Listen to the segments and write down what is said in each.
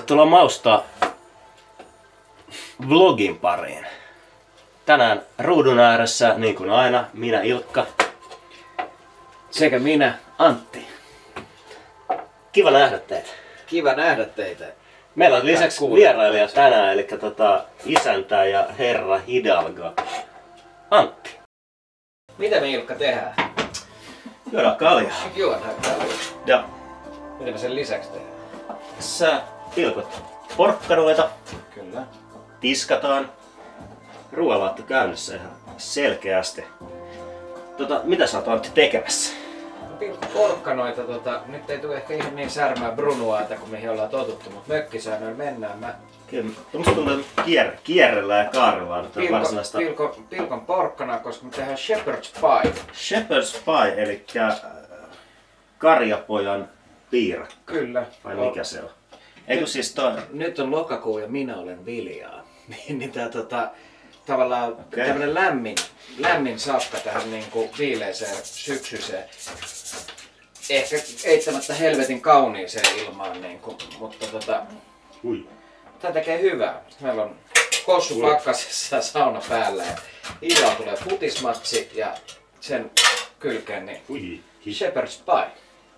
Tervetuloa maustaa vlogin pariin. Tänään ruudun ääressä, niin kuin aina, minä Ilkka sekä minä Antti. Kiva nähdä teitä. Kiva nähdä teitä. Meillä on lisäksi vierailija tänään, eli isäntä ja herra Hidalgo Antti. Mitä me Ilkka tehdään? Juodaan kaljaa. Juodaan kaljaa. Ja mitä me sen lisäksi tehdään? sä pilkot porkkanoita. Kyllä. Tiskataan. Ruoanlaitto käynnissä ihan selkeästi. Mitä sä oot Antti tekemässä? Pilkku porkkanoita, nyt ei tule ehkä ihan niin särmää brunuaita kuin mihin ollaan totuttu, mutta mökkisäännöillä mennään. Kyllä, musta tuntuu, että kierrellään ja kaarellaan nyt varsinaista... Pilkon porkkana, koska me tehdään shepherd's pie. Shepherd's pie, eli karjapojan piirakka. Kyllä. Vai mikä se on? Eikö siis toi... Nyt on lokakuu ja minä olen viljaa. niin tää tavallaan tämmönen lämmin safka tähän niinku viileeseen syksyiseen. Ehkä eittämättä helvetin kauniiseen ilmaan niinku, mutta tää tekee hyvää. Meillä on kossu pakkasessa ja sauna päällä ja illalla tulee futismatsi ja sen kylkeen niin shepherd's pie.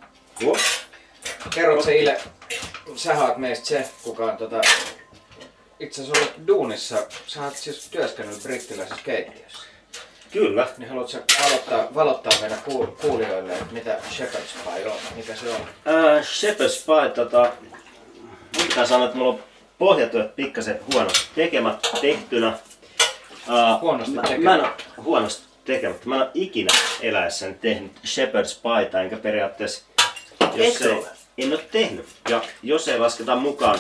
Kerrot se Ile, sä oot meistä se, kuka on itse asiassa ollut duunissa, sä oot siis työskennellyt brittiläisessä keittiössä. Kyllä. Niin haluatko valottaa meidän kuulijoille, että mitä shepherd's pie on, mikä se on? Shepherd's pie, pitää sanoa, että mulla on pohjatyöt pikkasen huonosti tehtynä. Huonosti tekemättä. Mä en ole ikinä eläessäni tehnyt shepherd's pieta, enkä periaatteessa en ole tehnyt. Ja jos ei lasketa mukaan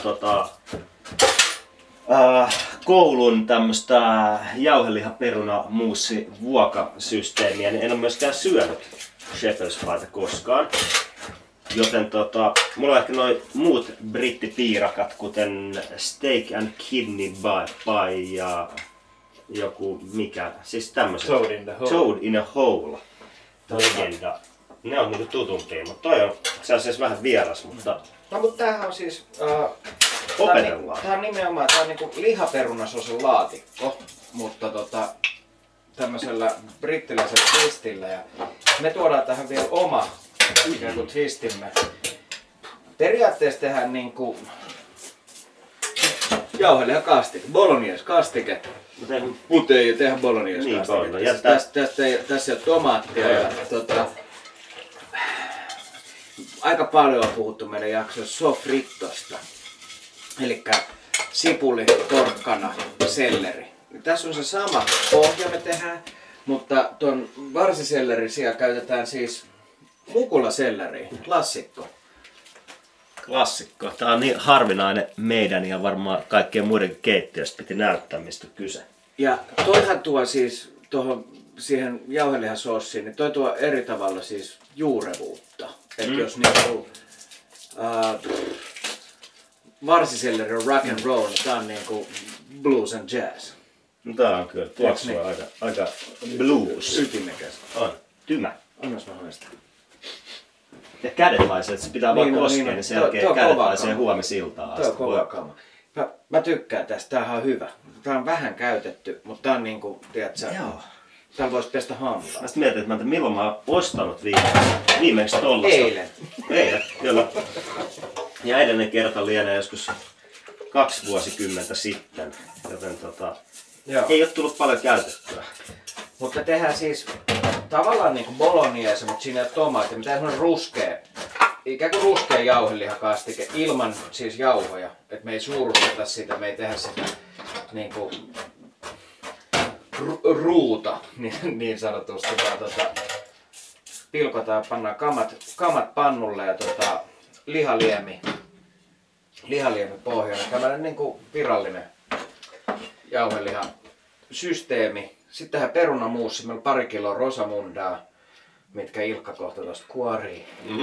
koulun tämmöstä jauhelihaperunamuussi vuokasysteemiä, niin en ole myöskään syönyt shepherd's pieta koskaan. Joten mulla on ehkä noin muut brittipiirakat, kuten steak and kidney pie ja joku mikä, siis tämmöset. Toad in a hole. Legenda. Ne on niinku tutumpia, mutta toi on siis vähän vieras, mutta... No mutta tämähän on siis... opetellaan. Tää on nimenomaan niinku lihaperunasosin laatikko, mutta tämmöisellä brittiläisellä twistillä ja me tuodaan tähän vielä oma ikään kuin twistimme. Periaatteessa tehdään niinku jauhelihakastike, bolognese-kastike. Mutta ei tehdä bolognese-kastiketta. Niin, tässä ei ole tomaattia ja aika paljon on puhuttu meidän jaksossa sofrittosta. Elikkä sipuli, porkkana, selleri. Tässä on se sama pohja me tehdään, mutta tuon varsisellerin sijaan käytetään siis mukulaselleri, klassikko. Klassikko. Tää on niin harvinainen meidän ja varmaan kaikkien muiden keittiöistä piti näyttää, mistä on kyse. Ja toihan tuo siis siihen jauhelihasoossiin, niin toi tuo eri tavalla siis juurevuutta. Että jos niinku varsiselleri on rock and roll, niin tää on niinku blues and jazz. No tää on kyllä tuoksua aika blues. Ytimekäs. On. Tymä. Annas mä haistaa. Ja kädenlaisia, että se pitää vaan koskea, niin selkeä kädenlaisia huomisiltaan asti. Tuo on kova kama. Mä tykkään tästä, tämähän on hyvä. Tää on vähän käytetty, mutta tää on niinku, tiedätkö, täällä vois pestä hampaa. Mä sit mietin, että milloin mä oon ostanut viimeksi tollasta. Eilen, kyllä. Ja edellinen kerta lienee joskus 2 vuosikymmentä sitten, joten ei oo tullut paljon käytettyä. Mutta me tehdään siis tavallaan niinku bolognese, mutta siinä ei ole tomaattia. Me tehdään semmonen ruskea, ikään kuin ruskea jauhelihakastike ilman siis jauhoja. Et me ei suurusteta sitä, me ei tehdä sitä niinku ruuta niin sanotusti, vaan pilkotaan, pannaan kamat pannulle ja lihaliemi pohjalle. Tällainen niinku virallinen jauhelihasysteemi. Sitten tähän perunamuussi, meillä on 2 kiloa rosamundaa, mitkä Ilkka kohta tuosta kuorii.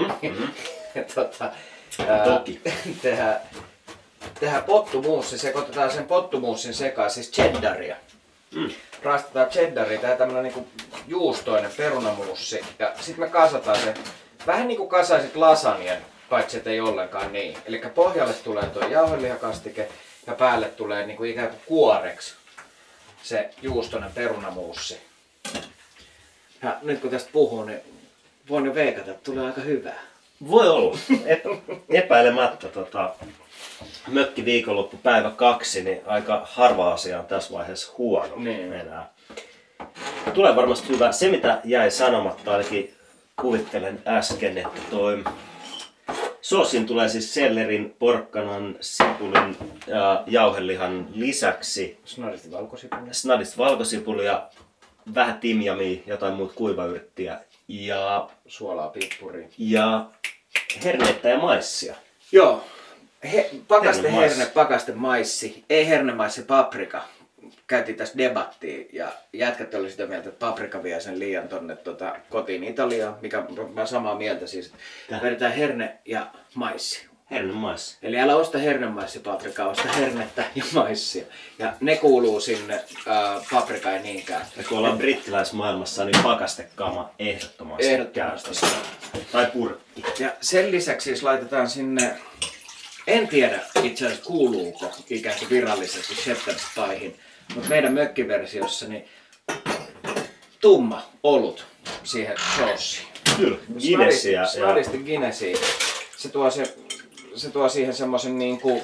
Toki. Tehdään pottumuussi, sekoitetaan sen pottumuussin sekaan, siis cheddaria. Raastetaan cheddaria, tehdään tämmönen niinku juustoinen perunamuussi ja sitten me kasataan se vähän niinku kasaisit lasanien paitsi että ei ollenkaan niin. Eli pohjalle tulee tuo jauhelihakastike ja päälle tulee niinku ikään kuin kuoreksi se juustoinen perunamuussi. Ja nyt kun tästä puhuu, niin voin jo veikata, että tulee aika hyvää. Voi olla. Epäilemättä mökki viikonloppu päivä 2, niin aika harva asia on tässä vaiheessa huono enää. Tulee varmasti hyvä. Se mitä jäi sanomatta, ainakin kuvittelen äsken, että toi soosin tulee siis sellerin, porkkanan, sipulin ja jauhelihan lisäksi snadisti valkosipulia, vähän timjamia, jotain muut kuivayrttiä ja suolaa, pippuria ja herneitä ja maissia. Joo. Pakaste herne, pakaste maissi, ei hernemaissi paprika. Käytiin tässä debattia ja jätkät oli sitä mieltä, että paprika vie sen liian tonne kotiin Italiaan, mikä mä samaa mieltä siis, että vedetään herne ja maissi. Herne maissi. Eli älä osta hernemaissi-paprikaa, osta hernettä ja maissia. Ja ne kuuluu sinne, paprika ei niinkään. Ja kun ollaan brittiläismaailmassa, niin pakastekama ehdottomasti. Tai purkki. Ja sen lisäksi siis laitetaan sinne, en tiedä itse asiassa kuuluuko ikään kuin virallisesti shepherd's piehin, mutta meidän mökkiversiossa niin tumma olut siihen soossiin. Kyllä, Guinnessia. Snadisti Guinnessia. Se tuo siihen semmosen niinku,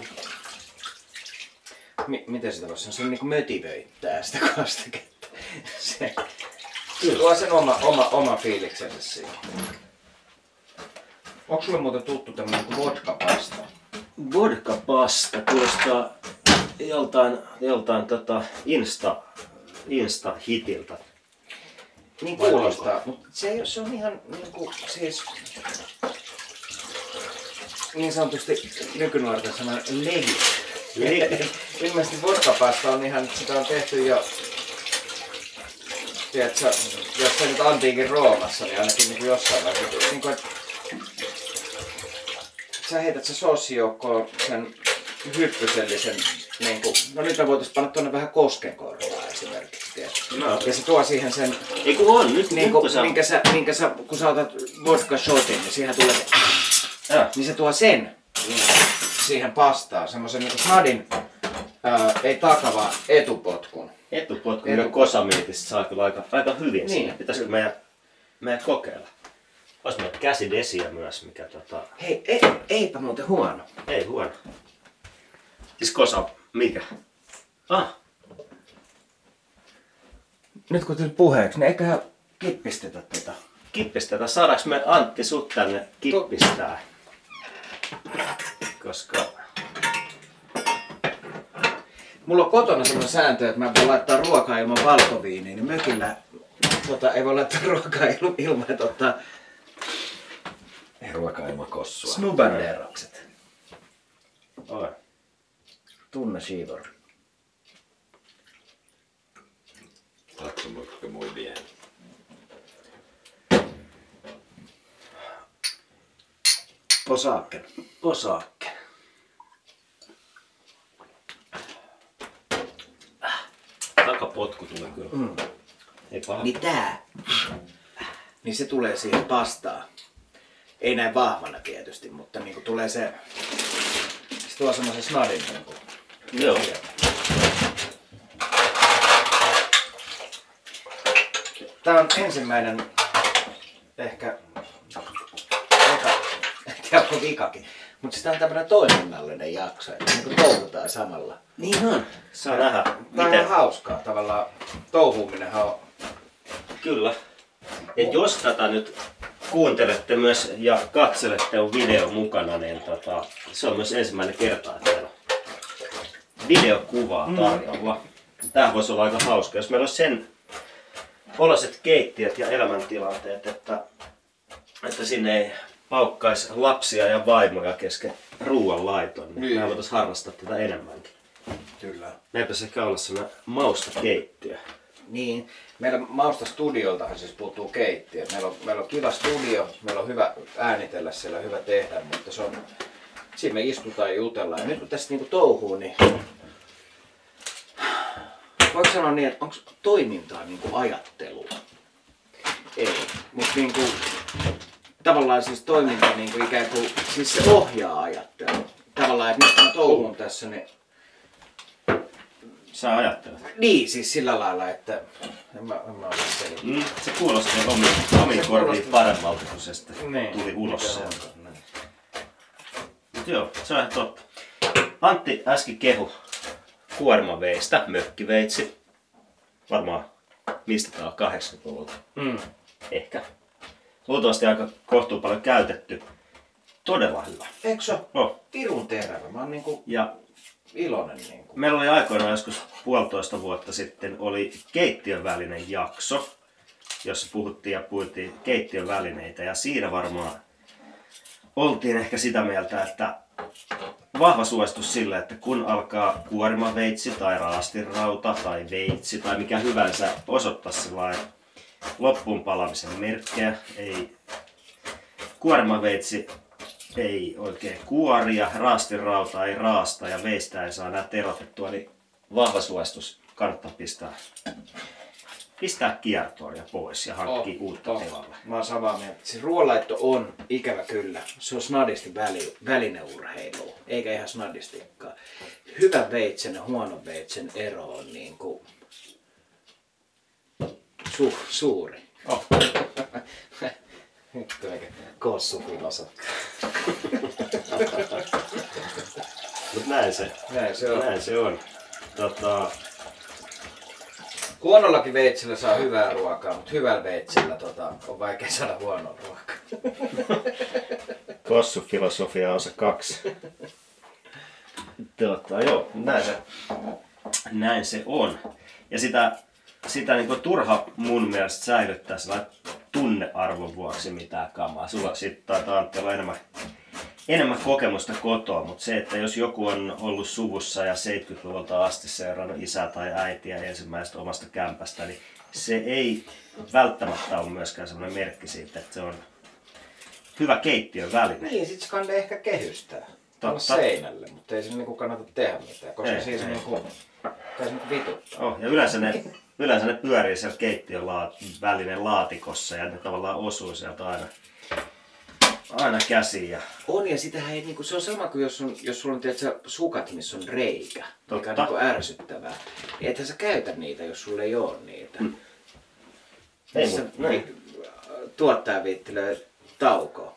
miten sitä voisi sanoa, se niinku mötivöittää sitä kastiketta. Se tuo sen oma fiiliksensä siihen. Onko sulle muuten tuttu tämmönen kuin vodka-pasta? Vodka-pasta kuulostaa joltain Insta-hitiltä. Niin kuulostaa, mutta se on ihan niinku siis niin sanotusti nykynuorten sana legit. Ilmeisesti vodka-pasta on ihan, sitä on tehty jo, tiedätkö, jos se nyt antiikin Roomassa, niin ainakin niin kuin jossain vaiheessa. Niin kuin, sä heität se soosijoukkoon sen hyppysellisen, niin kuin, no nyt me voitais panna tuonne vähän koskenkorvaa esimerkiksi. No. Ja se tuo siihen sen, ei kun on, nyt, niin kuin, minkä sä, kun sä otat vodka shotin, niin siihen tulee niin se tuo sen siihen pastaan, semmoisen niin snadin, ei takavaa etupotkun. Etupotkun ja kosamiitista saa kyllä aika hyvin niin, siinä. Pitäisikö meidän kokeilla? Olisi meillä käsidesiä myös, mikä Hei, eipä muuten huono. Ei huono. Siis kosa, mikä? Nyt kun tuli puheeksi, niin eiköhän kippistetä tätä. Kippistetä? Saadaanko me Antti sut tänne kippistää? Koska mulla on kotona sellainen sääntö, että mä voin laittaa ruokaa ilman valkoviiniä, niin mökillä ei voi laittaa ruokaa ilman, että ottaa ruokaa ilman kossua. Snubanderakset. Oi. Tunne Shivor. Tack så mycket, muy bien. Posaakken. Takapotku tulee kyllä. Ei paha. Niin tää. Niin se tulee siihen pastaan. Ei näin vahvana tietysti, mutta niinku tulee se tuo semmosen snadin niinku. Joo. Tää on ensimmäinen ehkä en tiedä onko vikakin, mutta sitä on tämmönen toiminnallinen jakso, että niinku touhutaan samalla. Niin on. Saa nähdä. Tää on ihan hauskaa tavallaan. Touhuuminenhan on. Kyllä. Ja jos tätä nyt kuuntelette myös ja katselette on video mukana, niin se on myös ensimmäinen kerta, että meillä on videokuvaa tarjolla. Tämä voisi olla aika hauska, jos meillä olisi sen oloiset keittiöt ja elämäntilanteet, että sinne ei paukkaisi lapsia ja vaimoja kesken ruoanlaiton, niin me voitaisiin harrastaa tätä enemmänkin. Kyllä. Meillä pitäisi ehkä olla sellainen maustakeittiö. Niin, meillä Mausta studioltahan siis puuttuu keittiö. Meillä on kiva studio, meillä on hyvä äänitellä siellä, hyvä tehdä, mutta se on, siinä me istutaan ja jutellaan. Ja nyt kun tässä niinku touhuu, niin voiko sanoa niin, että onko toimintaa niinku ajattelua? Ei, mutta niinku tavallaan siis toiminta niin kuin ikään kuin, siis se ohjaa ajattelua. Tavallaan, että nyt mä touhun tässä, niin... Sä ajattelet. Niin, siis sillä lailla, että en mä ole selin. Se kuulosti omiin korviin paremmalta, kun se sitten tuli ulos sieltä. Mut joo, se on ihan totta. Antti äsken kehu kuormaveistä, mökkiveitsi. Varmaan mistä tää on 80-luvulta. Ehkä. Luultavasti aika kohtuu paljon käytetty. Todella hyvä. Eikö se ole? No. Pirun terävä. Mä oon niinku Ja iloinen niinku. meillä oli aikoinaan joskus 1,5 vuotta sitten oli keittiön välinen jakso, jossa puhuttiin keittiön välineitä ja siinä varmaan oltiin ehkä sitä mieltä, että vahva suositus sille, että kun alkaa kuorimaveitsi tai raastinrauta tai veitsi tai mikä hyvänsä osoittaa sellainen loppuun palamisen merkkejä, ei kuorimaveitsi ei oikein kuoria, raastinrauta ei raasta ja veistä ei saa näitä erotettua, niin vahva suositus kannattaa pistää kiertoon ja pois ja hankkia uutta tilalle. Mä oon samaa mieltä. Siis ruoanlaitto on ikävä kyllä. Se on snadisti välineurheilu, eikä ihan snadistikaan. Hyvän veitsen ja huonon veitsen ero on niinku suuri. Oh. Nyt on kossufilosofia. Mut näin se on. Huonollakin veitsellä saa hyvää ruokaa, mutta hyvällä veitsellä on vaikea saada huonoa ruokaa. Kossufilosofia osa 2. Joo, näin se on. Ja sitä niin kuin turha mun mielestä säilyttää sellainen tunnearvon vuoksi mitään kamaa. Sulla sitten taitaa Antti olla enemmän kokemusta kotoa, mutta se, että jos joku on ollut suvussa ja 70-luvulta asti seurannut isää tai äitiä ensimmäisestä omasta kämpästä, niin se ei välttämättä ole myöskään sellainen merkki siitä, että se on hyvä keittiön väline. Niin, sit se kannattaa ehkä kehystää. Seinälle, mutta ei se niinku kannata tehdä mitään, koska ei, siis niinku vituttaa. Ja yleensä ne pyörii siellä keittiön välinen laatikossa ja ne tavallaan osuu sieltä aina käsiin. On, ja sitähän ei niinku, se on sama kuin jos sulla on sukat, missä on reikä, mikä on niinku ärsyttävää. Niin ethän sä käytä niitä, jos sulla ei oo niitä. Missä tuottaja viittelee taukoa.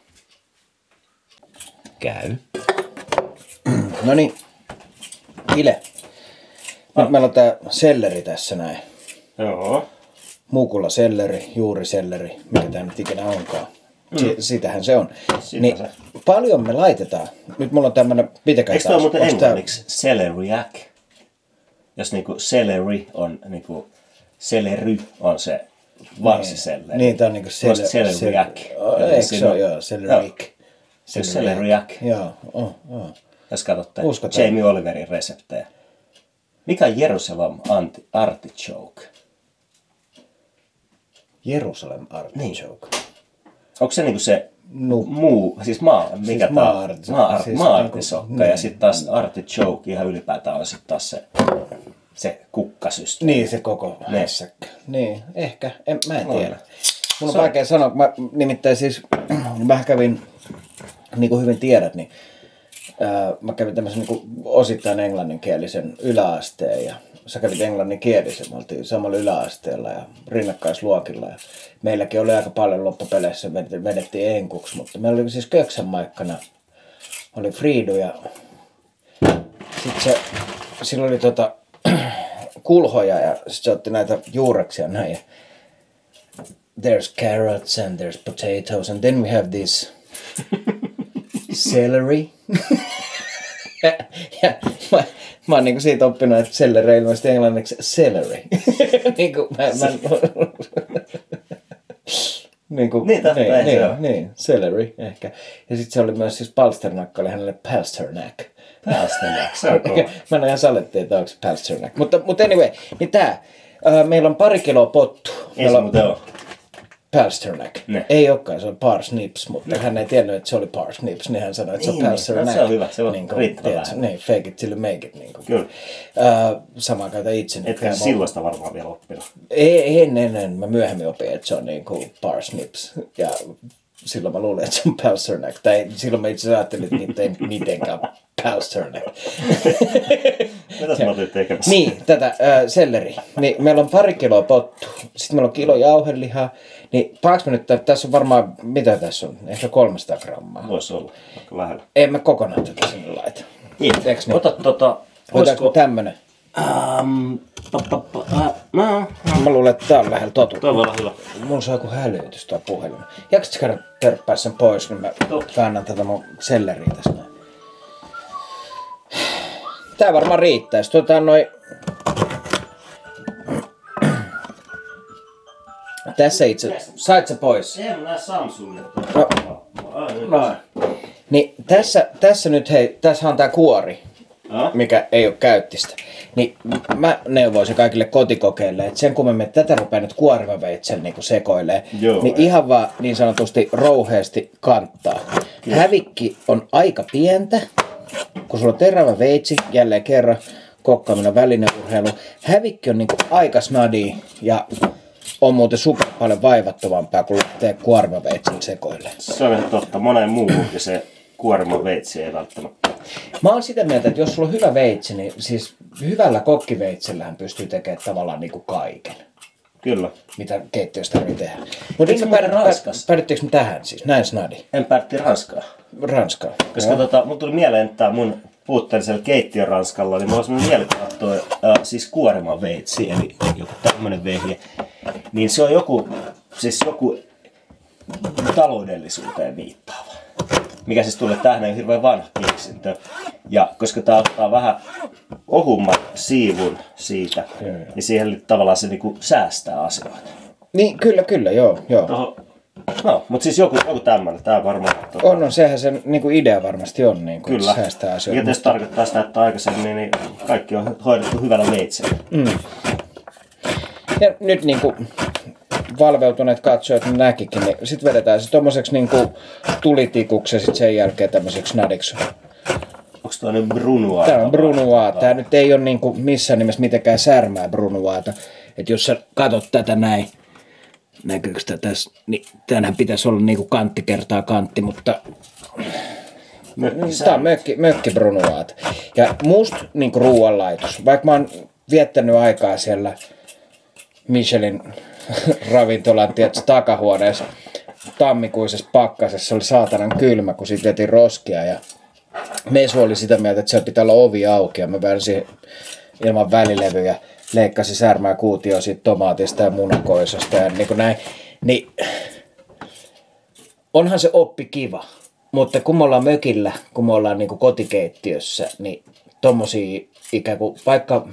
Käy. Noniin, Ile. Nyt meillä on tää selleri tässä näin. Joo. Muukula selleri, juuriselleri, mikä tää nyt ikinä onkaan. Sitähän se on. Niin, se. paljon me laitetaan. Nyt mulla on tämmönen, pitäkää taas. Eikö toi muuten englanniksi celeriac? Jos niinku celery on niinku, celery on se varsiselleri. Niin, tää on niinku celeriac. Eikö se ole, joo, celeriac. Celeriac. Joo. Jos katsotte Jamie Oliverin reseptejä. Mikä on Jerusalem artichoke? Jerusalem artichoke. Niin. Onko se niinku se maa-artisokka ja sitten taas artichoke ihan ylipäätään on sitten taas se kukkasysteemi. Niin, se koko hässäkkä. Niin, ehkä. Mä en tiedä. Mun on vaikea sanoa, kun mä nimittäin siis, mä kävin, niin kuin hyvin tiedät, niin mä kävin tämmöisen niin kuin osittain englanninkielisen yläasteen ja sä kävit englanninkielisen. Me oltiin samalla yläasteella ja rinnakkaisluokilla ja meilläkin oli aika paljon loppupeleissä, vedettiin enkuksi, mutta meillä oli siis Köksän Maikkana, oli Friidu ja sitten sillä oli kulhoja ja sitten se otti näitä juureksia näin ja there's carrots and there's potatoes and then we have this celery. ja mä oon niinku siitä oppinut, että celery ilmeisesti englanniksi celery. niinku niin, celery ehkä. Ja sit se oli myös siis Palsternack, oli hänelle Pasternack. Pasternack, se on kova. Mä en ihan salettiin, että onko se Pasternack. Mutta anyway, niin tää. Meillä on 2 kiloa pottu. Ei se muuten oo. Pasternack. Ne. Ei olekaan, se on parsnips, mutta hän ei tiennyt, että se oli parsnips, niin hän sanoi, että se on pasternack. Se on hyvä, se on niin riittävän vähän. Niin, fake it till you make it. Niin Kyllä. Samaa käytä itse. Etkä silloista varmaan vielä oppinut. En. Mä myöhemmin opin, että se on niin kuin parsnips. Ja silloin mä luulin, että se on Pasternak. Tai silloin mä itse ajattelin, että niitä ei mitenkään Pasternak. Mitäs mä olin tekemässä? Niin, tätä selleri. Niin, meillä on 2 kiloa pottu. Sitten meillä on kilo jauhelihaa. Niin paaks mä nyt, tässä on varmaan, mitä tässä on? Ehkä 300 grammaa. Voisi olla, aika lähellä. En mä kokonaan tätä sinne laita. Eiks niin? Ota Otaanko tämmönen? Mä luulen, että tää on lähellä totuutta. Toi voi olla hyvä. Mulla on joku hälytys tuo puhelin. Jaksat käydä törppää sen pois, niin mä väännän tätä mun selleriä tässä näin. Tää varmaan riittäis. Noin... Tässä itse... Sait sä pois? En mä näe Samsungin. No. Niin tässä nyt hei, tässä on tää kuori, mikä ei ole käyttistä. Niin mä neuvoisin kaikille kotikokeille, että sen kun me tätä rupeaa nyt kuorimaveitsen niin sekoilee, niin ihan vaan niin sanotusti rouheasti kanttaa. Kyllä. Hävikki on aika pientä, kun sulla on terävä veitsi, jälleen kerran, kokkaaminen välineurheilu. Hävikki on niin aika snadi ja on muuten super paljon vaivattomampaa, kun lähtee kuorimaveitsen sekoille. Se on ihan totta. Moneen muuhunkin se kuorimaveitsi ei välttämättä. Mä oon sitä mieltä, että jos sulla on hyvä veitsi, niin siis hyvällä kokkiveitsellähän pystyy tekemään tavallaan niin kuin kaiken. Kyllä. Mitä keittiöstä tarvitsee tehdä. Mutta päädyttekö me tähän siis? Näin snadi. En päätti Ranskaa. Ranskaa. Koska mun tuli mieleen, että mun puutteellisella keittiön Ranskalla, niin mulla on semmoinen mielikuva siis kuorimaveitsi, eli joku tämmönen vehje. Niin se on joku taloudellisuuteen viittaava. Mikä siis tulee tähän on hirveän vanha keksintö. Ja koska tää ottaa vähän ohumman siivun siitä, niin siihen tavallaan se niinku säästää asioita. Niin, kyllä, joo. No, mutta siis joku tämmönen, tää varmaan... On, sehän se niinku idea varmasti on, niinku, kyllä. Säästää asioita. Ja tietysti tarkoittaa sitä, että aikaisemmin niin kaikki on hoidettu hyvällä veitsellä. Ja nyt niinku valveutuneet katsojat näkikin, niin sit vedetään se tommoseksi niinku tulitikuksi ja sit sen jälkeen tämmöiseksi nadiksi. Onks toi nyt brunoise? Tää on brunoise. Tää nyt ei oo niinku missään nimessä mitenkään särmää brunoiseta. Et jos sä katot tätä näin, näkyykö tää tässä, niin tänään pitäisi olla niinku kantti kertaa kantti, mutta tää on mökki brunoise. Ja musta niinku ruoanlaitos, vaikka mä oon viettänyt aikaa siellä Michelin ravintolan takahuoneessa tammikuisessa pakkasessa, oli saatanan kylmä, kun siitä vietiin roskia ja Mesu oli sitä mieltä, että siellä pitää olla ovi auki ja mä väänsin ilman välilevyjä, leikkasin särmää kuutioon siitä tomaatista ja munakoisosta ja niin kuin näin. Niin onhan se oppi kiva, mutta kun me ollaan mökillä, kun me ollaan niin kuin kotikeittiössä, niin tommosia ikään kuin, vaikka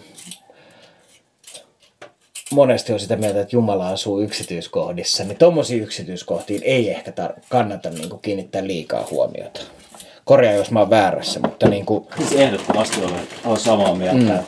monesti on sitä mieltä, että Jumala asuu yksityiskohdissa, niin tommosiin yksityiskohtiin ei ehkä kannata niin kuin kiinnittää liikaa huomiota. Korjaa, jos mä oon väärässä, mutta niin kuin... Siis ehdottomasti olen samaa mieltä.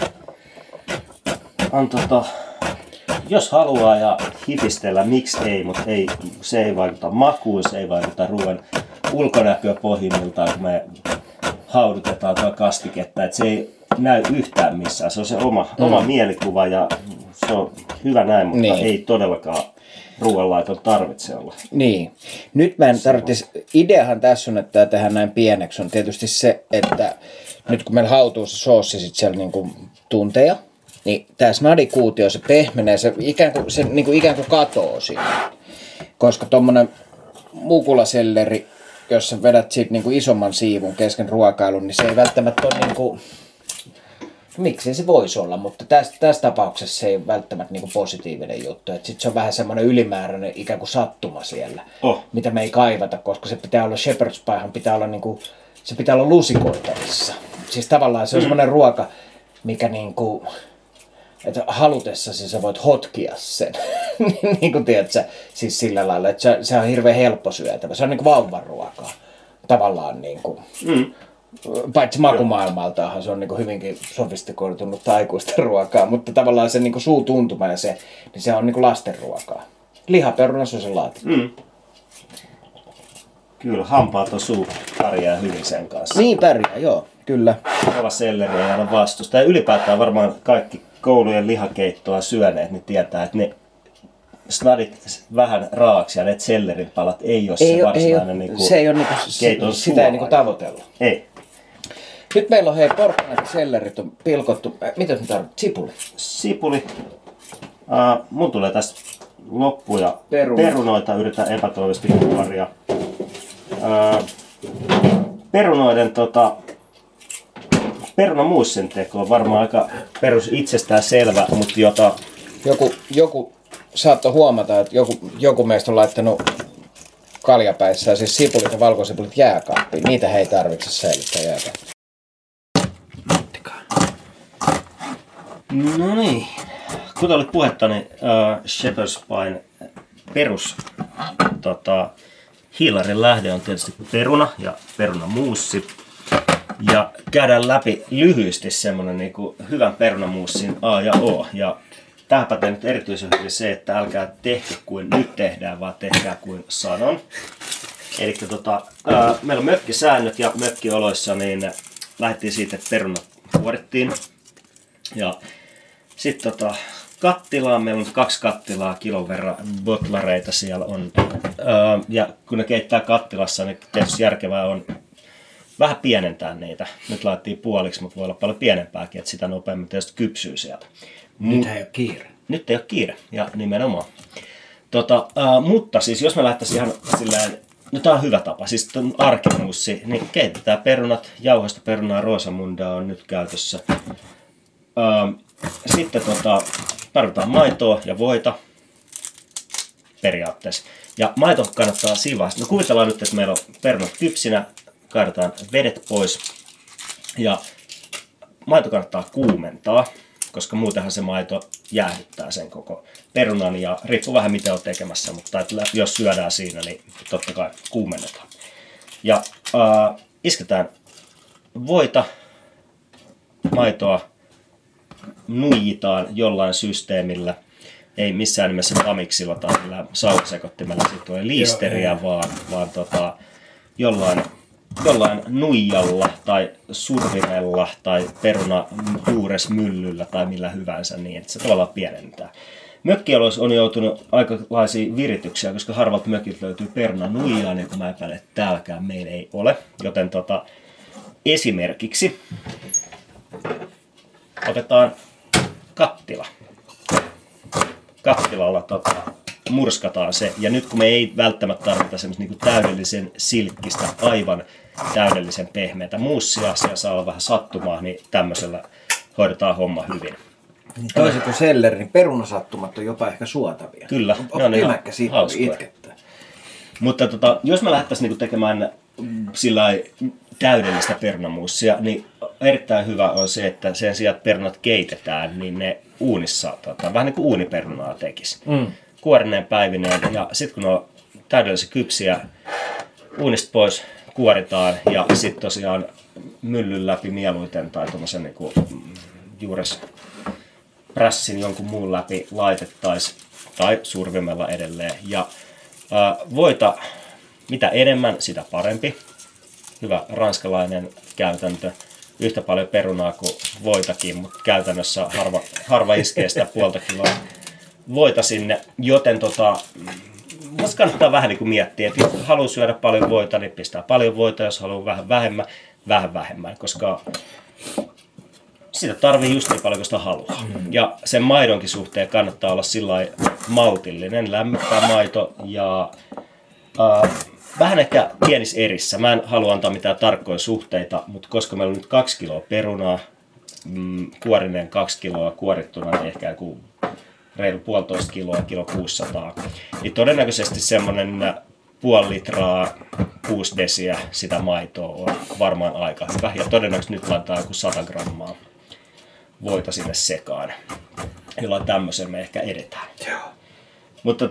Jos haluaa ja hifistellä, miksi ei, mutta se ei vaikuta makuun, se ei vaikuta ruoan ulkonäköä pohjimmiltaan, kun me haudutetaan tuo kastiketta, että se ei näy yhtään missään. Se on se oma mielikuva ja se on hyvä näin, mutta ei todellakaan ruoanlaiton tarvitse olla. Niin. Nyt mä en tarvitsisi, ideahan tässä on, että tämä tehdään näin pieneksi, on tietysti se, että nyt kun meillä hautuu se soossi sit siellä niinku tunteja, niin tämä snadikuutio, se pehmenee, se ikään kuin katoo siinä. Koska tommonen mukulaselleri, jos sä vedät siitä niinku isomman siivun kesken ruokailun, niin se ei välttämättä ole niinku... Miksi se voisi olla, mutta tässä tapauksessa se ei välttämättä niinku positiivinen juttu. Sitten se on vähän semmoinen ylimääräinen ikään kuin sattuma siellä, mitä me ei kaivata, koska se pitää olla, shepherd's piehän pitää olla, niinku, se pitää olla lusikoitavissa. Siis tavallaan se on semmoinen ruoka, mikä niinku, että halutessasi sä voit hotkia sen. Niin kuin tiedätkö, siis sillä lailla, että se on hirveän helppo syötävä. Se on niinku vauvan ruokaa. Tavallaan niinku. Paitsi makumaailmaltaanhan se on niinku hyvinkin sofistikoitunut aikuisten ruokaa, mutta tavallaan se niinku suutuntuma ja se, niin se on niinku lasten ruokaa. Lihaperuna sosalaati. Kyllä, hampaat on suu pärjää hyvin sen kanssa. Niin pärjää, joo, kyllä. Kova selleri ei aina vastusta. Ja ylipäätään varmaan kaikki koulujen lihakeittoa syöneet, niin tietää, että snadit vähän raaksi ja ne sellerin palat ei ole se varsinainen niinku se ei ole niinku, keiton sitä ei niinku tavoitella. Ei. Nyt meillä on porkkanat ja sellerit on pilkottu. Mitä me tarvitsemme? Sipuli. Sipuli. Mun tulee tästä loppuja perunoita, yritän epätoivoisesti kuoria. Perunoiden perunamuussin teko on varmaan aika perus itsestään selvä, mutta Joku saattoi huomata, että joku meistä on laittanut kaljapäissään siis sipulit ja valkosipulit jääkaappiin. Niitä he ei tarvitse säilyttää jääkaappiin. No niin. Kuten oli puhetta, niin Shepherd's Pien perus hiilarin lähde on tietysti peruna ja perunamuussi. Ja käydään läpi lyhyesti semmonen niinku hyvän perunamuussin A ja O. Ja tähän pätee nyt erityisen hyvin se, että älkää tehkö kuin nyt tehdään, vaan tehkää kuin sanon. Eli meillä on mökkisäännöt ja mökkioloissa, niin lähdettiin siitä, että perunat kuorittiin. Ja sitten kattilaa, meillä on 2 kattilaa, kilon verran botlareita siellä on. Ja kun ne keittää kattilassa, niin tietysti järkevää on vähän pienentää niitä. Nyt laitettiin puoliksi, mutta voi olla paljon pienempääkin, että sitä nopeammin tietysti kypsyy sieltä. Nyt ei ole kiire. Nyt ei ole kiire, ja nimenomaan. Mutta siis jos me lähtäisiin ihan silleen, no tää on hyvä tapa, siis arkimuussi, niin keitetään perunat, jauhoista perunaa, Rosamundaa on nyt käytössä. Sitten tarvitaan maitoa ja voita periaatteessa. Ja maito kannattaa siivaa. No kuvitellaan nyt, että meillä on perunat kypsinä, kaadetaan vedet pois. Ja maito kannattaa kuumentaa, koska muutenhan se maito jäähdyttää sen koko perunan. Ja riippuu vähän mitä on tekemässä, mutta jos syödään siinä, niin totta kai kuumennetaan. Ja isketään voita, maitoa, nuijitaan jollain systeemillä, ei missään nimessä pamiksilla tai sauvasekottimella, siitä tulee liisteriä, vaan jollain nuijalla tai survimella tai perunajuuresmyllyllä tai millä hyvänsä niin, että se tavallaan pienentää. Mökkioloissa on joutunut aikalaisia virityksiä, koska harvalta mökiltä löytyy perunanuijaa, niin kuin mä epäilen, että täälläkään meillä ei ole. Joten esimerkiksi otetaan kattila. Kattilalla murskataan se. Ja nyt kun me ei välttämättä tarvita semmoista niinku täydellisen silkkistä, aivan täydellisen pehmeätä muussia, siellä saa olla vähän sattumaa, niin tämmöisellä hoidetaan homma hyvin. Toisin kuin selleri, niin perunasattumat on jopa ehkä suotavia. Kyllä, ne on ihan itkettää. Mutta jos me lähdettäisiin niinku tekemään sillä täydellistä perunamuussia, niin erittäin hyvä on se, että sen sijaan, että perunat keitetään, niin ne uunissa, vähän niin kuin uuniperunaa tekisi. Kuorineen päivineen, ja sitten kun ne on täydellisen kypsiä, uunista pois kuoritaan, ja sitten tosiaan myllyn läpi mieluiten tai tuommoisen niin juures prässin jonkun muun läpi laitettaisiin, tai survimella edelleen. Ja voita, mitä enemmän, sitä parempi. Hyvä ranskalainen käytäntö. Yhtä paljon perunaa kuin voitakin, mutta käytännössä harva iskee sitä puolta kiloa voita sinne. Joten musta kannattaa vähän niin kuin miettiä, että jos haluaa syödä paljon voita, niin pistää paljon voita, jos haluaa vähän vähemmän, koska sitä tarvii just niin paljon kuin sitä haluaa. Ja sen maidonkin suhteen kannattaa olla sillai maltillinen, lämmittää maito ja vähän ehkä pienissä erissä. Mä en halua antaa mitään tarkkoja suhteita, mutta koska meillä on nyt 2 kiloa perunaa, kuorineen 2 kiloa kuorittuna, niin ehkä joku reilu 1,5 kiloa, kilo 600. Niin todennäköisesti semmonen 0,5 litraa, 6 desiä sitä maitoa on varmaan aika hyvä. Ja todennäköisesti nyt laitetaan joku 100 grammaa voita sinne sekaan. Jollain tämmöisen me ehkä edetään. Mutta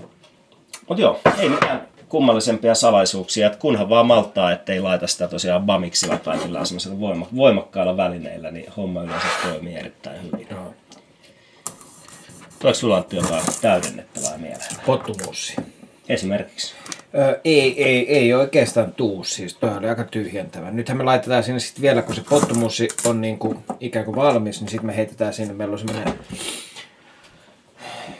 joo, ei mitään kummallisempia salaisuuksia, että kunhan vaan malttaa, ettei laita sitä tosiaan bamiksilla tai millään semmoisella voimakkailla välineillä, niin homma yleensä toimii erittäin hyvin. Tuleeko sulla Antti jotain täydennettävää mieleen? Pottumuussi. Esimerkiksi? Ei oikeastaan tuu, siis toi oli aika tyhjentävä. Nythän me laitetaan sinne sitten vielä, kun se pottumuussi on niinku ikään kuin valmis, niin sitten me heitetään sinne, meillä on semmoinen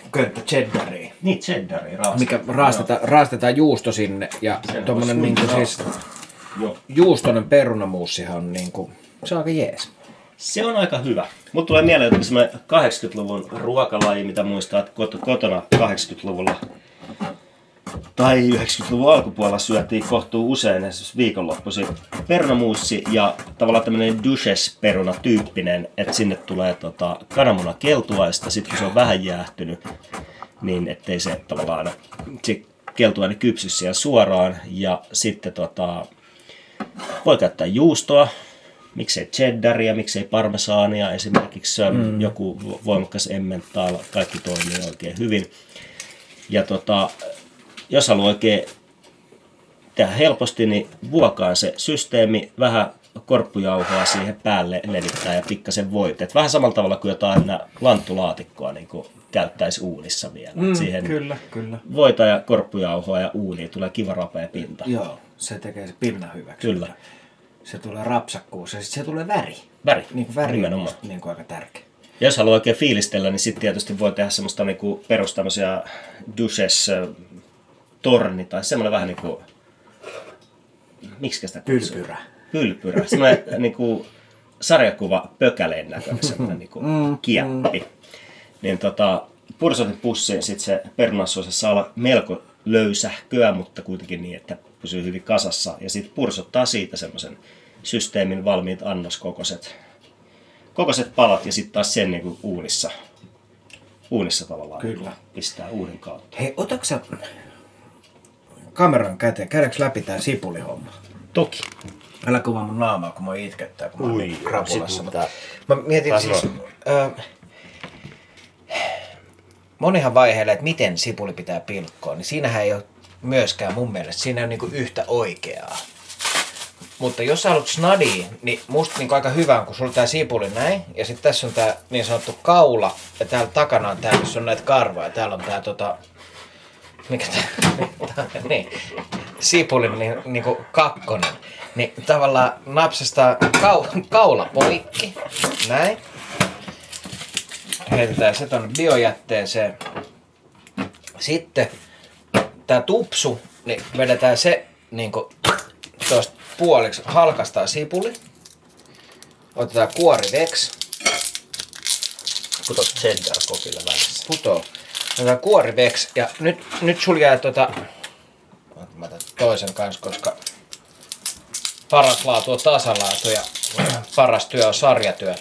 könttö cheddaria. Niin, cheddaria Mikä raastetaan juusto sinne ja tommonen niinku siis juustoinen perunamuussihan on niinku, se on aika jees. Se on aika hyvä. Mut tulee mieleen, että semmoinen 80-luvun ruokalaji, mitä muistaa, että kotona 80-luvulla tai 90-luvun alkupuolella syötiin kohtuu usein esimerkiksi viikonloppuisin perunamuussi ja tavallaan tämmöinen duches-peruna-tyyppinen, että sinne tulee kananmunakeltuaista, sitten kun se on vähän jäähtynyt, niin ettei se tavallaan se keltuainen kypsy siellä suoraan ja sitten voi käyttää juustoa, miksei cheddaria, miksei parmesaania, esimerkiksi joku voimakas Emmental, kaikki toimii oikein hyvin. Ja jos haluaa oikein tehdä helposti, niin vuokaan se systeemi, vähän korppujauhoa siihen päälle levittää ja pikkasen voiteet. Vähän samalla tavalla kuin jotain lanttulaatikkoa niin kuin käyttäisi uunissa vielä. Siihen Kyllä. voita ja korppujauhoa ja uunia tulee kiva rapea pinta. Joo, se tekee se pinnan hyväksi. Kyllä. Se tulee rapsakkuus ja sitten se tulee väri. Väri, Niin väri nimenomaan. on niin aika tärkeä. Ja jos haluaa oikein fiilistellä, niin sitten tietysti voi tehdä semmoista niinku perus tämmöisiä duches torni tai semmoinen vähän niinku, miksi sitä kutsuu? Pylpyrä. Semmoinen niinku sarjakuva pökäleen näköinen semmoinen niinku kieppi. Niin pursotin pussiin sit se perunassuosi saa olla melko löysähköä, mutta kuitenkin niin, että pysyy hyvin kasassa. Ja sitten pursottaa siitä semmoisen systeemin valmiit annoskokoiset palat ja sitten taas sen niinku uunissa tavallaan Kyllä. pistää uunin kautta. Hei, otatko sä kameran käteen? Käydäänkö läpi tää sipulihomma? Toki. Älä kuvaa mun naamaa, kun mä itkettää, kun mä oon krapulassa. sit Mutta mä mietin siis... monihan vaiheilee, että miten sipuli pitää pilkkoa, niin siinähän ei ole myöskään mun mielestä, siinä ei ole niinku yhtä oikeaa. Mutta jos sä haluat snadia, niin musta niinku aika hyvä on, kun sulla on tää sipuli näin, ja sitten tässä on tää niin sanottu kaula, ja täällä takana on tää, missä on näitä karvoja, ja täällä on tää mikä tää niin, sipulin niinku kakkonen. Niin tavallaan napsastaa kaula poikki, näin. Heitetään se tonne biojätteeseen. Sitten tää tupsu, niin vedetään se niinku tuosta puoliksi, halkastaa sipuli. Otetaan kuori veks. Putos cheddar kokilla välissä. Putoo. Otetaan kuori veks ja nyt sul jää mä otan toisen kanssa, koska paras laatu on tasalaatu ja paras työ on sarjatyö.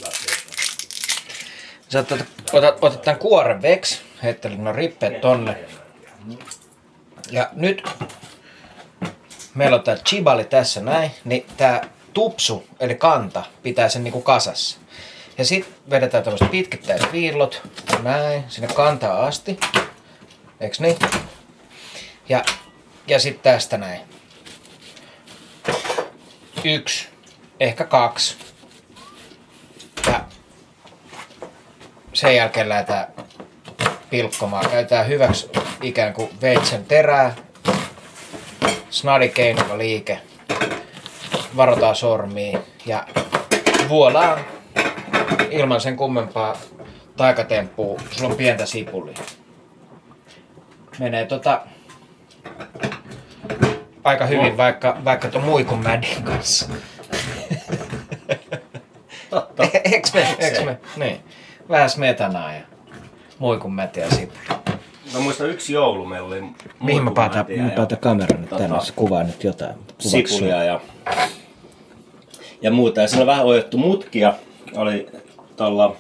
Sä otat tän kuoren veks, heittelet no rippeet tonne. Ja nyt meillä on tää chibali tässä näin, niin tää tupsu eli kanta pitää sen niinku kasassa. Ja sit vedetään tämmöset pitkittäisviillot näin sinne kantaan asti. Eiks niin? Ja sit tästä näin. 1, ehkä 2. Ja sen jälkeen lähdetään pilkkomaan. Käytetään hyväksi ikään kuin veitsen terää. Snadikeinolla liike. Varotaan sormiin. Ja vuolaan ilman sen kummempaa taikatemppua. Sulla on pientä sipulia. Menee aika hyvin vaikka ton muikun mädin kanssa. Totta. Eiks me? Niin. Vähän smetanaa ja muikun mätiä ja sipuli. Mä muistan yksi joulu meillä oli Mihin mä päätän kameran nyt tänne, se kuvaa nyt jotain. Sipulia ja muuta. Ja siinä on vähän ojettu mutkia. Oli tuolla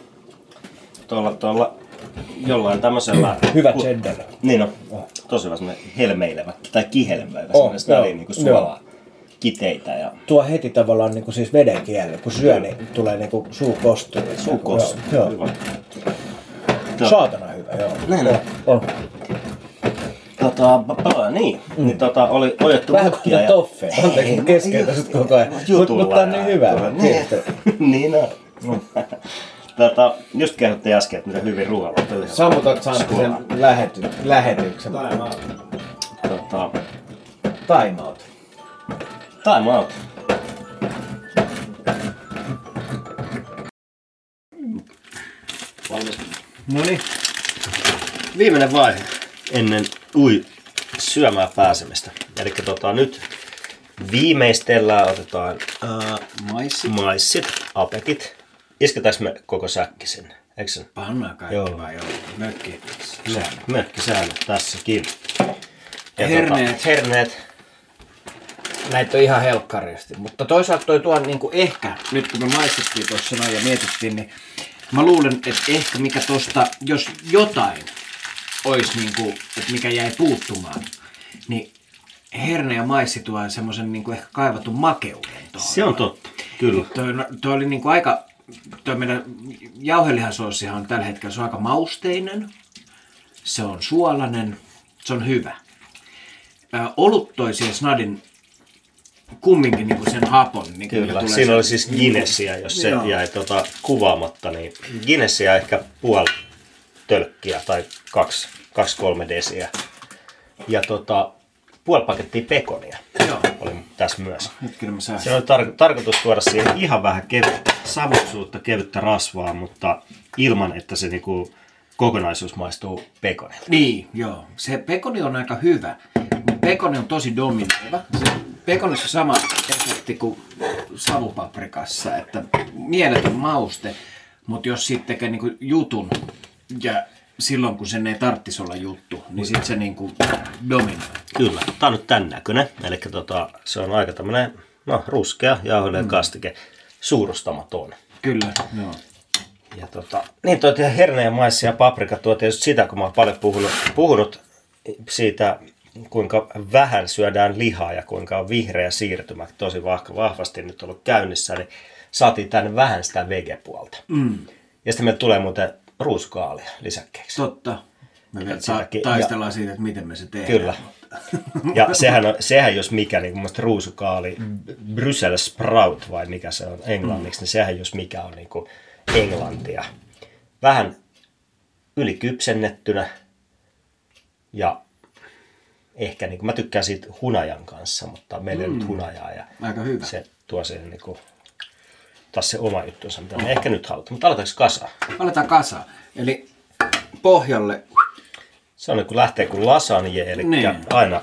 jollain tämmöisellä... Hyvä cheddar. Niin on. Tosi hyvä semmoinen helmeilevä tai kihelmöivä. Semmoinen väliin niinku suolaa kiteitä. Ja... Tuo heti tavallaan niinku siis veden kielellä. Kun syö, niin tulee niinku suu kostuu. Suu kostuu. Joo. Hyvä. Saatana hyvä, joo. Näin on. Niin oli ojettu vähän mutkia. Vähän toffee. Anteeksi, keskeytäisit koko ajan. Mutta tää on niin hyvä. Niin on. Just kerrottiin äsken, että miten hyvin ruoalla on. Sammutat Santti sen lähetyksen. Time out. Time out. Valmis. Noniin. Viimeinen vaihe ennen syömään pääsemistä. Eli nyt viimeistellään, otetaan maissit, apekit. Isketäänkö me koko säkki sinne? Eikö se? Pannaan kaikki vai joo. Mökkisäännöt tässäkin. Ja Herneet. Näitä on ihan helkkaristi, mutta toisaalta toi tuo niinku ehkä, nyt kun me maistettiin tuossa noin ja mietittiin, niin mä luulen, että ehkä mikä tosta, jos jotain olisi niinku, että mikä jäi puuttumaan, niin herne ja maissi tuo semmoisen niinku ehkä kaivatun makeuden tuohon. Se on totta, kyllä. Toi oli niinku aika, toi meidän jauhelihasoossihan on tällä hetkellä, se on aika mausteinen, se on suolainen, se on hyvä. Olut toi siihen snadin kumminkin niin kuin sen hapon. Niin kyllä, siinä oli siis Guinnessia, jos se jäi kuvaamatta, niin Guinnessia ehkä puoli tölkkiä tai 2-3 desiä. Ja puoli pakettia pekonia oli tässä myös. Se oli tarkoitus tuoda siihen ihan vähän savutsuutta, kevyttä rasvaa, mutta ilman, että se niinku kokonaisuus maistuu pekonilta. Niin, joo. Se pekoni on aika hyvä, mutta pekoni on tosi dominoiva. Pekonissa on sama efekti kuin savupaprikassa, että mieletön mauste, mutta jos sitten tekee niinku jutun ja silloin kun sen ei tarvitsisi olla juttu, niin sitten se niinku dominoi. Kyllä, tää on nyt tän näköinen, eli se on aika tämmönen ruskea jauheellinen kastike, suurustamaton. Kyllä, joo. Ja niin herne ja maissi ja paprika tuo tietysti sitä, kun mä oon paljon puhunut siitä, kuinka vähän syödään lihaa ja kuinka on vihreä siirtymä tosi vahvasti nyt ollut käynnissä, niin saatiin tänne vähän sitä vegepuolta. Ja sitten meille tulee muuten ruusukaalia lisäkkeeksi. Totta. Me vielä taistellaan siitä, että miten me se tehdään. Kyllä. Ja sehän jos mikä, niin kuin ruusukaali, Brussels sprout vai mikä se on englanniksi, niin sehän jos mikä on niin kuin englantia. Vähän ylikypsennettynä ja ehkä niin kuin, mä tykkään siitä hunajan kanssa, mutta meillä ei nyt hunajaa ja aika hyvä. Se tuo siihen niin kuin, taas se oma juttunsa, mitä me ehkä nyt halutaan. Mutta aletaanko kasaan? Aletaan kasaan. Eli pohjalle. Se on niin kuin lähtee kuin lasagne, eli aina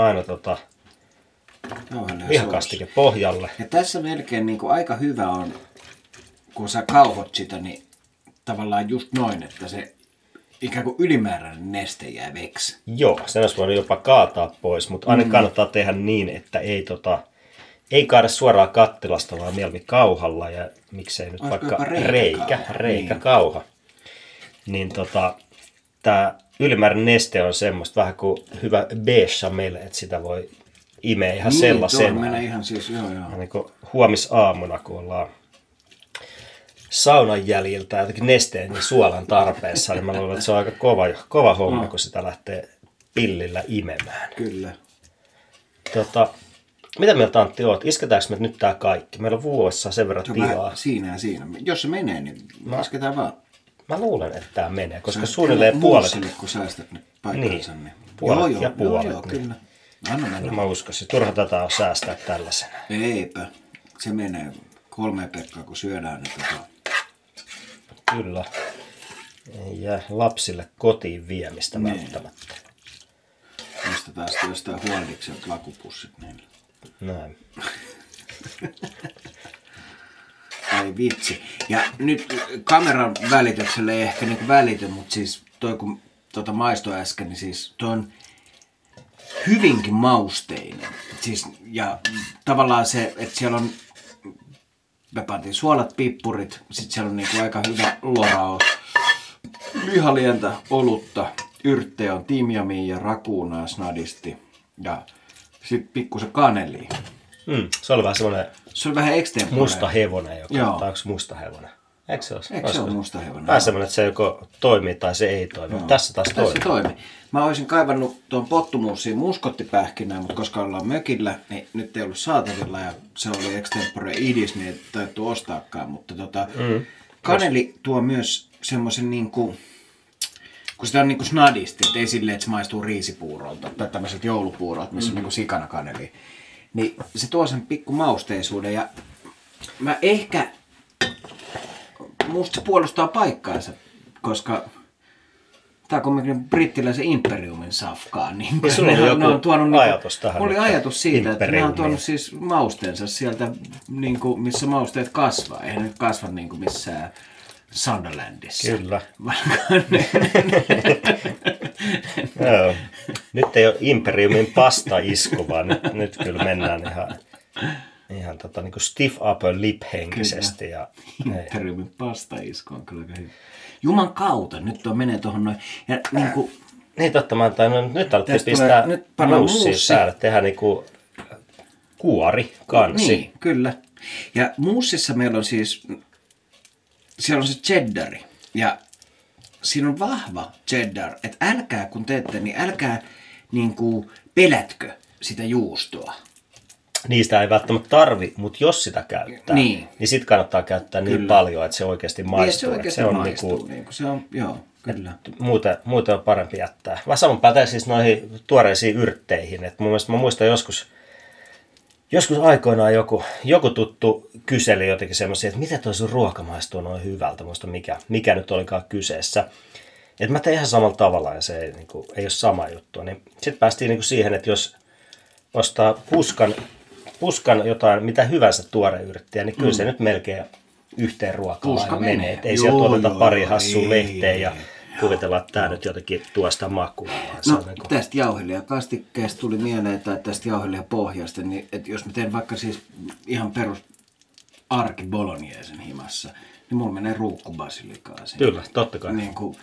lihakastike pohjalle. Ja tässä melkein niin kuin aika hyvä on, kun sä kauhot sitä, niin tavallaan just noin, että se ikään kuin ylimääräinen neste jää veksi. Joo, sen olisi voinut jopa kaataa pois, mutta aina kannattaa tehdä niin, että ei kaada suoraan kattilasta, vaan mieluummin kauhalla ja miksei nyt vaikka reikä kauha. Niin tämä ylimääräinen neste on semmoista vähän kuin hyvä bechamel, että sitä voi imeä ihan sellaisena. Menee ihan siis, joo. Niin kuin huomisaamuna, kun ollaan saunan jäljiltä jotenkin nesteen ja suolan tarpeessa, niin mä luulen, että se on aika kova homma, kun sitä lähtee pillillä imemään. Kyllä. Mitä mieltä Antti oot? Isketäänkö me nyt tää kaikki? Meillä on vuodessa sen verran tilaa. Siinä. Jos se menee, niin isketään vaan. Mä luulen, että tää menee, koska suunnilleen puolet. Kun säästät ne paikkansa. Niin, puolet ja puolet. Joo, kyllä. Anna mennä. Mä uskoisin, turha tätä on säästää tällaisena. Eipä. Se menee 3 pekkaa, kun syödään. Niin Kyllä. Ei jää lapsille kotiin viemistä välttämättä. Ostetaan sitten jostain huoldikselta lakupussit niille. Näin. Ai vitsi. Ja nyt kameran välityksellä ei ehkä niinku välity, mutta siis toi kun maistoi äsken, niin siis toi on hyvinkin mausteinen. Siis, ja tavallaan se, että siellä on, me pantiin suolat, pippurit, sit siellä on niinku aika hyvä lorao, lihalientä, olutta, yrttejä on timjamia ja rakuunaa snadisti ja sitten pikkusen kanelia. Se oli vähän semmoinen musta hevonen, tai onko musta hevonen? Eikö se ole? Eikö se ole musta hevonen? Vähän semmoinen, että se joko toimii tai se ei toimi. Tässä taas toimii. Tässä toimii. Mä olisin kaivannut tuon pottumuusiin muskottipähkinää, mutta koska ollaan mökillä, niin nyt ei ollut saatavilla ja se oli extempore idis, niin ei taidettu ostaakaan. Mutta kaneli tuo myös semmoisen niinku, kun sitä on niinku snadisti, että ei silleen, että se maistuu riisipuurolta tai tämmöiset joulupuurot, missä on niinku sikana kaneli. Niin se tuo sen pikku mausteisuuden ja mä musta se puolustaa paikkaansa, koska tää on kuitenkin brittiläisen Imperiumin safkaa. Niin sulla oli joku ne on tuonut ajatus tähän. Mulla oli ajatus siitä, että ne on Imperiumiin. tuonut siis mausteensa sieltä, niin kuin, missä mausteet kasvaa. Eihän ne kasva niin kuin missään Sunderlandissa. Kyllä. Joo. Nyt ei ole Imperiumin pastaisku, vaan nyt kyllä mennään ihan niin kuin stiff upper lip henkisesti. Ja, Imperiumin pastaisku on kyllä aika hyvä. Juman kautta, nyt tuo menee tuohon noin. Ja niin kuin, niin totta, mä oon nyt alettiin Tästä pistää tulee- nyt pannaan muussia muussi. päälle, tehdään niinku kuori kansi. niin, kyllä. Ja muussissa meillä on siis, siellä on se cheddari. Ja siinä on vahva cheddar. Että älkää kun teette, niin älkää niin kuin pelätkö sitä juustoa. Niistä ei välttämättä tarvi, mutta jos sitä käyttää, Niin. niin sit kannattaa käyttää niin Kyllä. paljon, että se oikeasti maistuu. Niin, se oikeasti se on maistuu. niinku, Niin kuin se on, joo, kyllä. muuten on parempi jättää. Vähän saman pätee siis noihin tuoreisiin yrtteihin. Et mun mielestä mä muistan joskus aikoinaan joku tuttu kyseli jotenkin semmoisia, että miten toi sun ruoka maistuu noin hyvältä. Muista mikä nyt olikaan kyseessä. Et mä tein ihan samalla tavalla ja se ei ole sama juttu. Niin sitten päästiin niinku siihen, että jos ostaa puskan jotain, mitä hyvänsä tuoreyrttiä, niin kyllä se nyt melkein yhteen ruokaan Puska aina menee. menee. Et ei sieltä oteta pari joo, hassua lehteä ja ei. kuvitella, että tämä nyt jotenkin tuo sitä makua. Se No, on niinku- tästä jauhelijakastikkeesta tuli mieleen, tai tästä jauhelijapohjasta, niin että jos mä teen vaikka siis ihan perus arki bolognesen himassa, niin mulla menee ruukkubasilikaa siinä. Kyllä, totta kai. Niin kuin,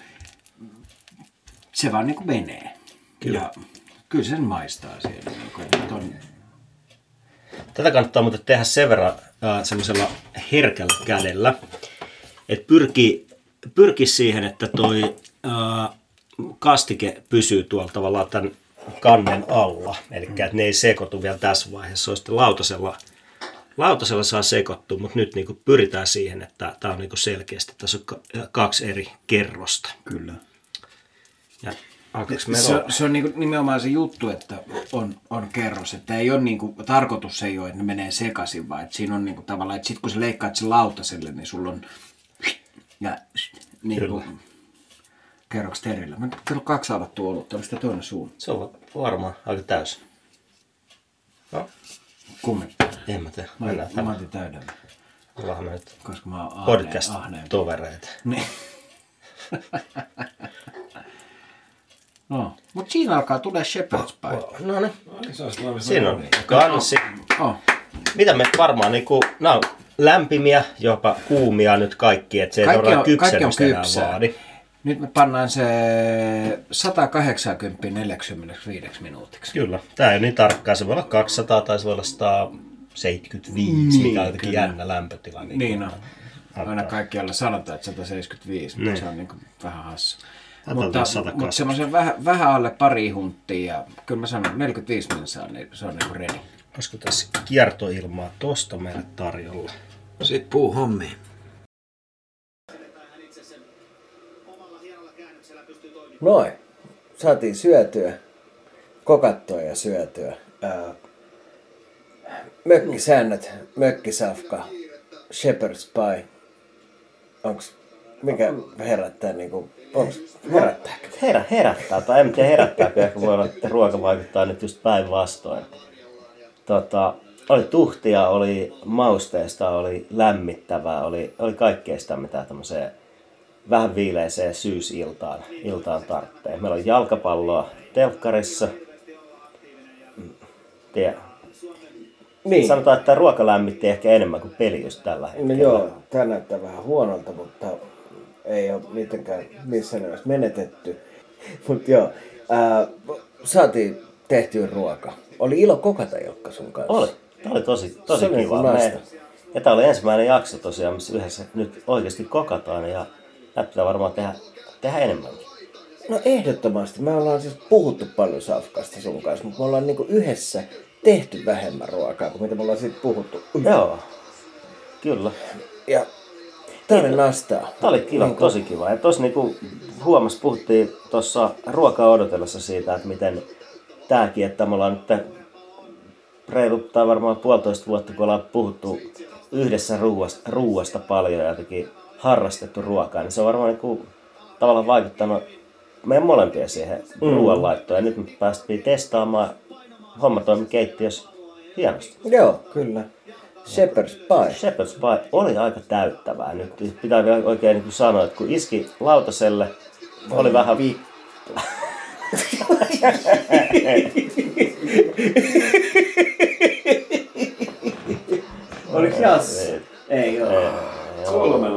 se vaan niin kuin menee. Kyllä. Ja kyllä sen maistaa siellä. Niin kuin, että on, Tätä kannattaa muuten tehdä sen verran semmoisella herkällä kädellä, että pyrki siihen, että toi kastike pysyy tuolla tavallaan tämän kannen alla. Eli että ne ei sekoitu vielä tässä vaiheessa. Se on sitten lautasella saa sekoittua, mutta nyt niin pyritään siihen, että tämä on niin selkeästi. Tässä on kaksi eri kerrosta. kyllä. Ja alkaako meillä olla? Se on niinku nimenomaan se juttu, että on kerros. Että ei ole niinku, tarkoitus ei ole, että ne menee sekaisin, vaan että siinä on niinku tavallaan, että sit kun sä leikkaat sen lautaselle, niin sulla on ja niinku kerrokset erillä. Mä teillä on 2 avattua olutta, onko sitä toinen suun? Se on varmaan aika täysin. No, Kummempaa. en mä tiedä. Mä otin täydellä, Ollaan me nyt koska mä oon ahneen. podcast-tovereita. Niin. No, mutta siinä alkaa tulee shepherd's pie. No niin. Se on sellainen Siinä on kansi. Oh. Mitä me varmaan niinku, nämä on lämpimiä, jopa kuumia nyt kaikki, että se ei Kaikki todella on kypsemistä enää kypsää. vaadi. Nyt me pannaan se 180 45 minuutiksi. Kyllä, tämä ei ole niin tarkkaa, se voi olla 200 tai se voi olla 175, mikä on jotenkin kyllä. jännä lämpötila. Niin on. Aina kaikkialla sanotaan, että 175, mutta se on niin kuin vähän hassu. Mutta 120. semmoisen vähän alle pari hunttia ja kyllä mä sanon 45 minsaa, niin se on niin kuin ready. Olisiko tässä kiertoilmaa tosta meille tarjolla? Sitten puuhommiin. Noin. Saatiin syötyä, kokattua ja syötyä. Mökkisäännöt, mökkisafka, shepherd's pie. Onks, mikä herättää niinku, herättääkö? Herättää, tai en tiedä herättääkö, ehkä voi olla, että ruoka vaikuttaa nyt just päinvastoin. Oli tuhtia, oli mausteista, oli lämmittävää, oli kaikkea sitä, mitä tämmöiseen vähän viileiseen syysiltaan tarvitsee. Meillä on jalkapalloa telkkarissa. Niin. Sanotaan, että ruoka lämmitti ehkä enemmän kuin peli just tällä hetkellä. No joo, tää näyttää vähän huonolta, mutta ei ole mitenkään missään nimessä menetetty. Mut joo, saatiin tehtyä ruoka. Oli ilo kokata Ilkka sun kanssa. Oli. Tämä oli tosi Se oli kiva. naista. Ja tämä oli ensimmäinen jakso tosiaan, missä yhdessä nyt oikeasti kokataan ja näitä pitää varmaan tehdä enemmänkin. No ehdottomasti. Me ollaan siis puhuttu paljon safkasta sun kanssa, mutta me ollaan niinku yhdessä tehty vähemmän ruokaa kuin mitä me ollaan siitä puhuttu. Joo, kyllä. Ja tää oli nastaa. Tämä oli kiva, tosi kiva. Ja tuossa niinku puhuttiin tuossa ruokaa odotellessa siitä, että miten tääkin, että me ollaan nyt reilu tai varmaan 1,5 vuotta, kun ollaan puhuttu yhdessä ruuasta paljon ja jotenkin harrastettu ruokaa, niin se on varmaan niinku tavallaan vaikuttanut meidän molempien siihen ruoanlaittoon. Ja nyt me päästiin testaamaan. Homma toimi keittiössä hienosti. Joo, kyllä. Shepherd's Pie. Shepherd's Pie oli aika täyttävää. Nyt pitää vielä oikein niin kuin sanoa, että kun iski lautaselle, oli vähän... Oliko jas? Ei oo. 3